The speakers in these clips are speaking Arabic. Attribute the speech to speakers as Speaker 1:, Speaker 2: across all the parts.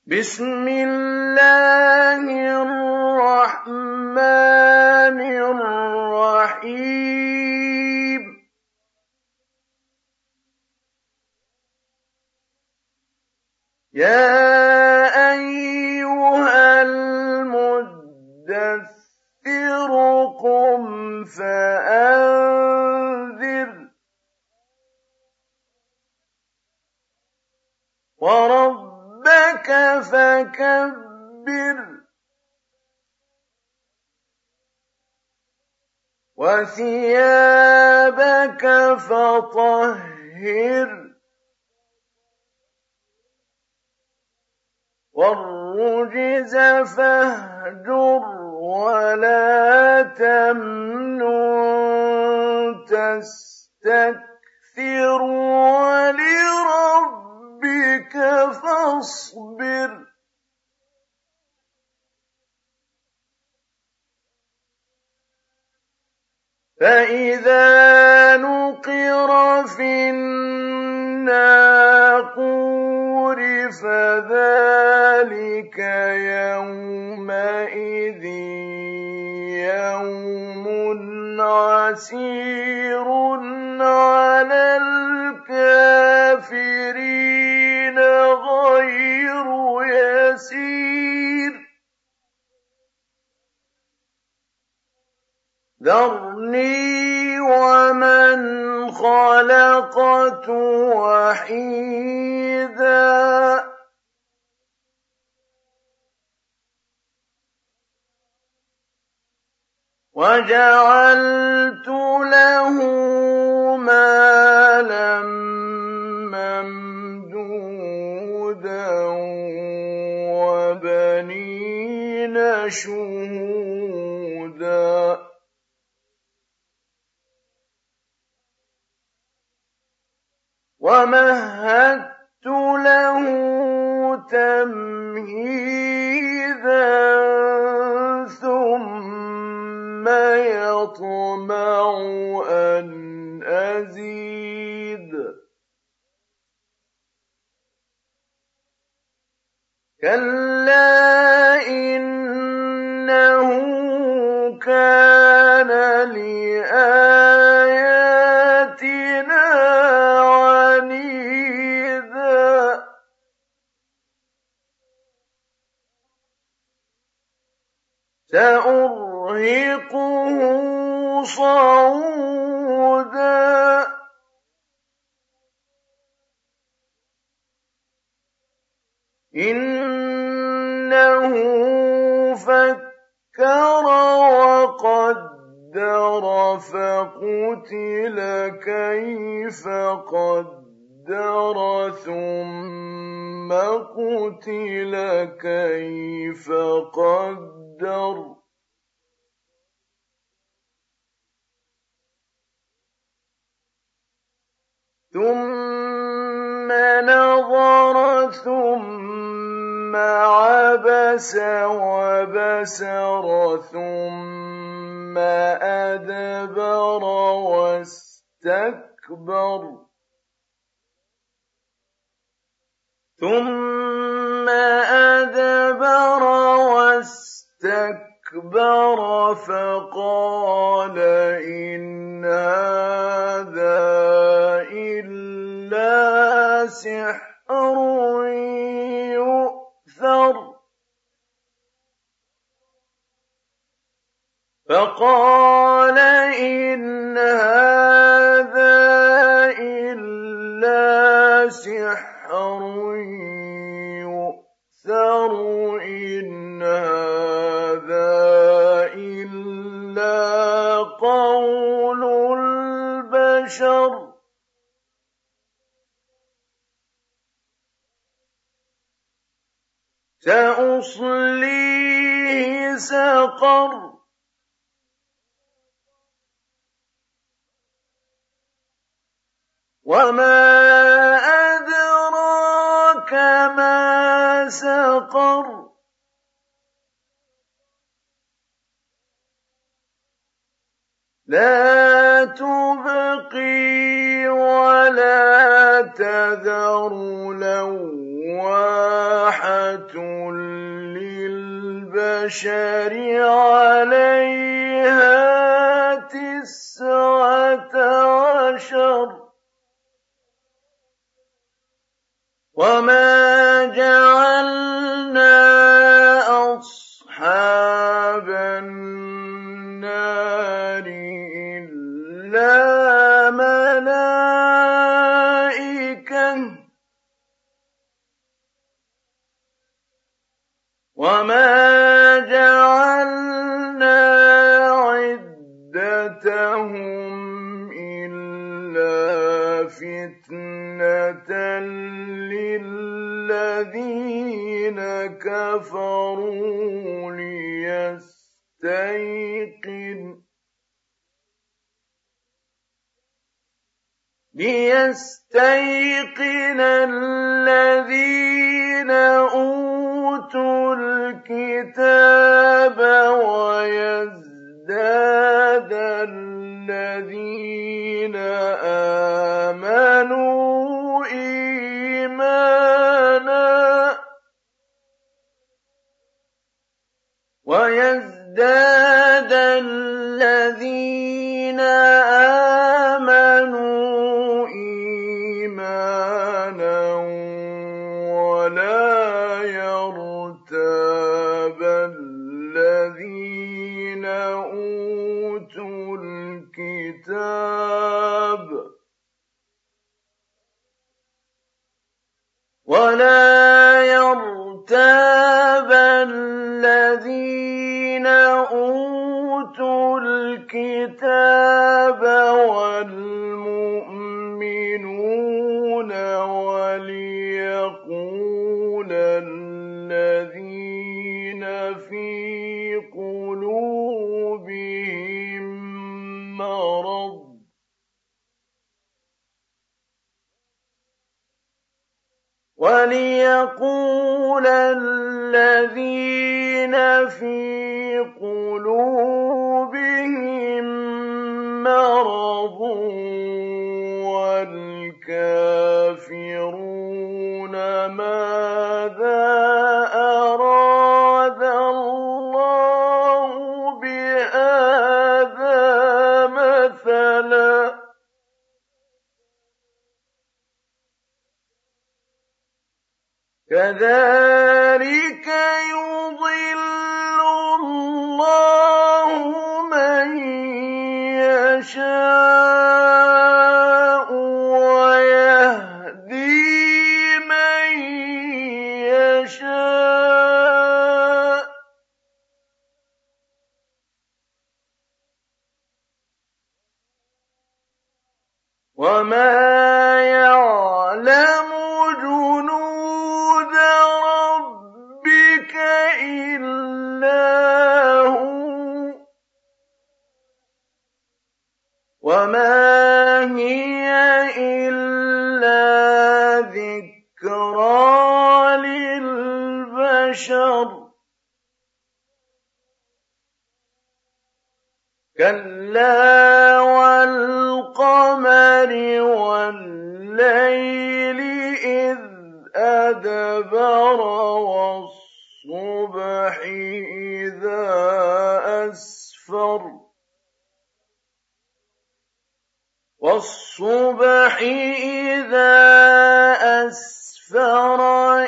Speaker 1: بسم الله الرحمن الرحيم يا أيها المدثر قم فأنذر وربك فكبر وثيابك فطهر والرجز فاهجر ولا تمنن تستكثر ولربك فاصبر فإذا نقر في الناقور فذلك يومئذ يوم عسير على الكافرين غير يسير ذرني ومن خلقت وحيدا وجعلت له مالا ممدودا وبنين شهودا ومهدت له تمهيدا ثم يطمع أن أزيد كلا إنه كان لآياتنا عنيدا سأرهقه صعودا إنه فكر وقدر فقتل كيف قدر ثم قتل كيف قدر ثم نظر ثم عبس وبسر ثم أدبر واستكبر فقال إن هذا إلا سحر يؤثر فقال إن هذا إلا سحر يؤثر إن هذا إلا قول البشر سأصليه سقر وما أدراك ما سقر لا تبقي ولا تذر لواحة مُسَبَّحَةٌ لِّلْبَشَرِ عَلَيْهَا 19 وَمَا جَعَلْنَا أَصْحَابَ النَّارِ إِلَّا مَلَائِكَةً وَمَا جَعَلْنَا عِدَّتَهُمْ إِلَّا فِتْنَةً لِّلَّذِينَ كَفَرُوا لِيَسْتَيْقِنَ الَّذِينَ أُوتُوا الْكِتَابَ وَيَزْدَادَ الَّذِينَ آمَنُوا إِيمَانًا وَلَا يَرْتَابَ الَّذِينَ أُوتُوا الْكِتَابَ وَالْمُؤْمِنُونَ وَلِيَقُولَ الَّذِينَ فِي قُلُوبِهِم مَّرَضٌ وَالْكَافِرُونَ مَاذَا أَرَادَ اللَّهُ بِهَٰذَا مَثَلًا ۚ كَذَٰلِكَ يُضِلُّ اللَّهُ مَن يَشَاءُ وَيَهْدِي مَن يَشَاءُ ۚ وَمَا يَعْلَمُ جُنُودَ رَبِّكَ إِلَّا هُوَ ۚ وَمَا هِيَ إِلَّا ذِكْرَىٰ لِلْبَشَرِ كَلَّا وَالْقَمَرِ وَاللَّيْلِ إِذْ أَدْبَرَ وَالصُّبْحِ إِذَا أَسْفَرَ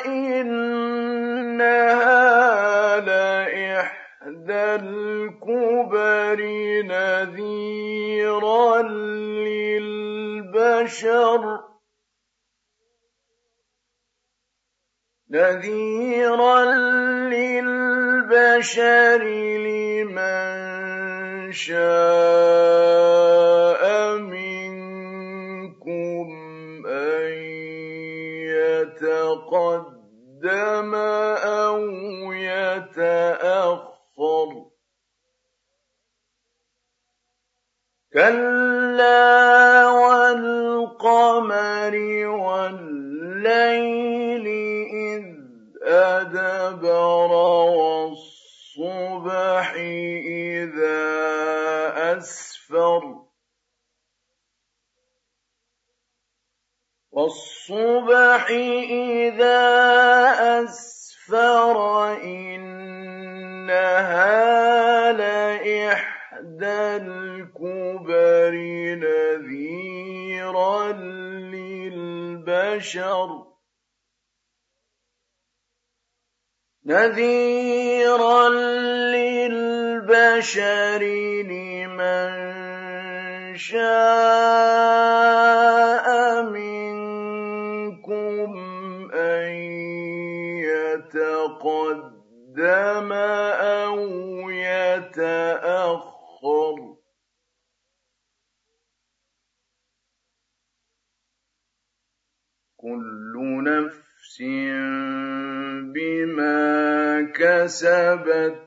Speaker 1: إِنَّهَا لَإِحْدَى الْكُبَرِ نَذِيرًا لِّلْبَشَرِ لِمَن شَاءَ مِنكُمْ أَن يَتَقَدَّمَ أَوْ يَتَأَخَّرَ ۚ كَلَّا وَالْقَمَرِ وَاللَّيْلِ إِذْ أَدْبَرَ وَالصُّبْحِ إِذَا أَسْفَرَ أكفر إنها لإحدى الكبر نذيرا للبشر لمن شاء منكم أن يتقدم أو يتأخر كل نفس بما كسبت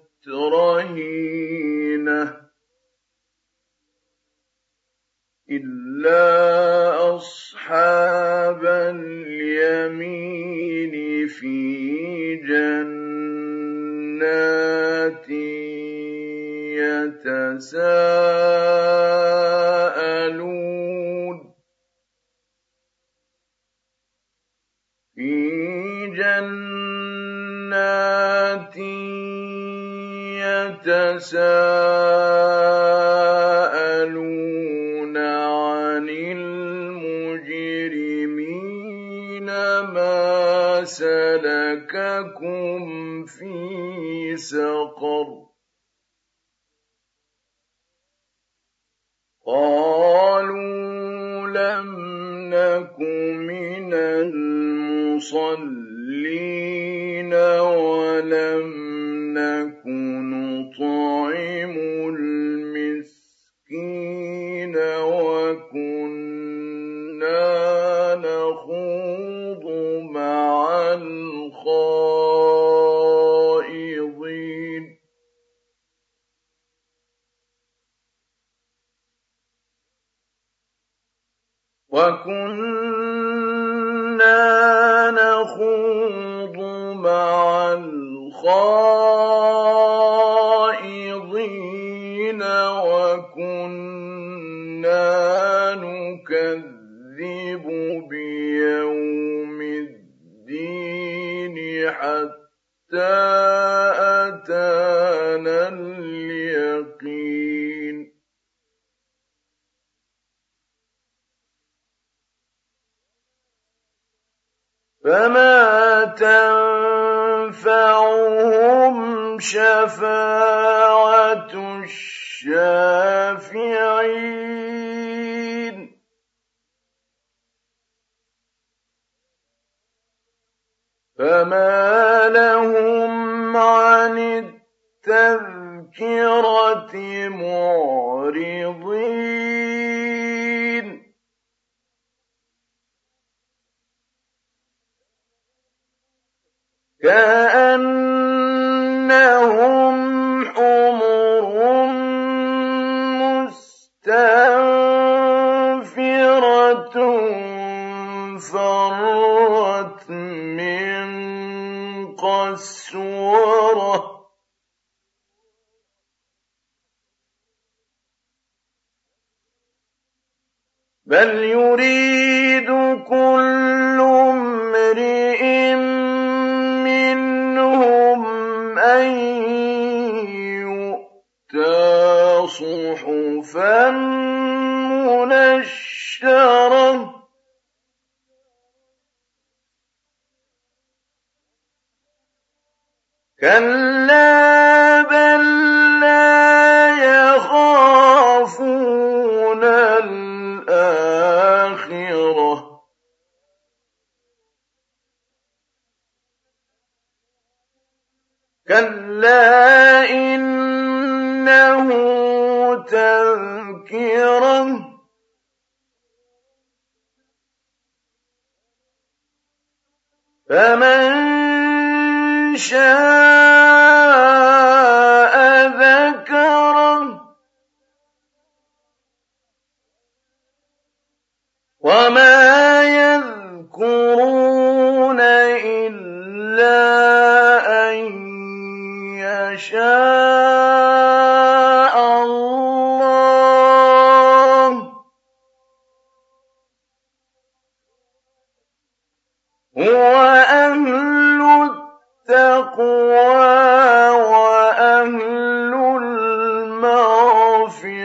Speaker 1: رهينة إلا أصحاب اليمين في جنات يتساءلون عن المجرمين ما سلككم في سقر قالوا لم نك من المصلين ولم نك نطعم المسكين وكنا نخوض مع الخائضين وكنا نكذب بيوم الدين حتى أتانا اليقين فما تنفعهم شفاعة الشافعين فما لهم عن التذكرة معرضين كأنهم حمر مستنفرة فرت من قسورة بل يريد كل امرئ منهم أن يؤتى صحفا منشرة كلا بل لا يخافون الآخرة كلا إنه تذكرة فمن شاء ذكره وما يذكرون إلا أن يشاء الله هو أهل التقوى التَّقْوَىٰ وَأَهْلُ الْمَغْفِرَةِ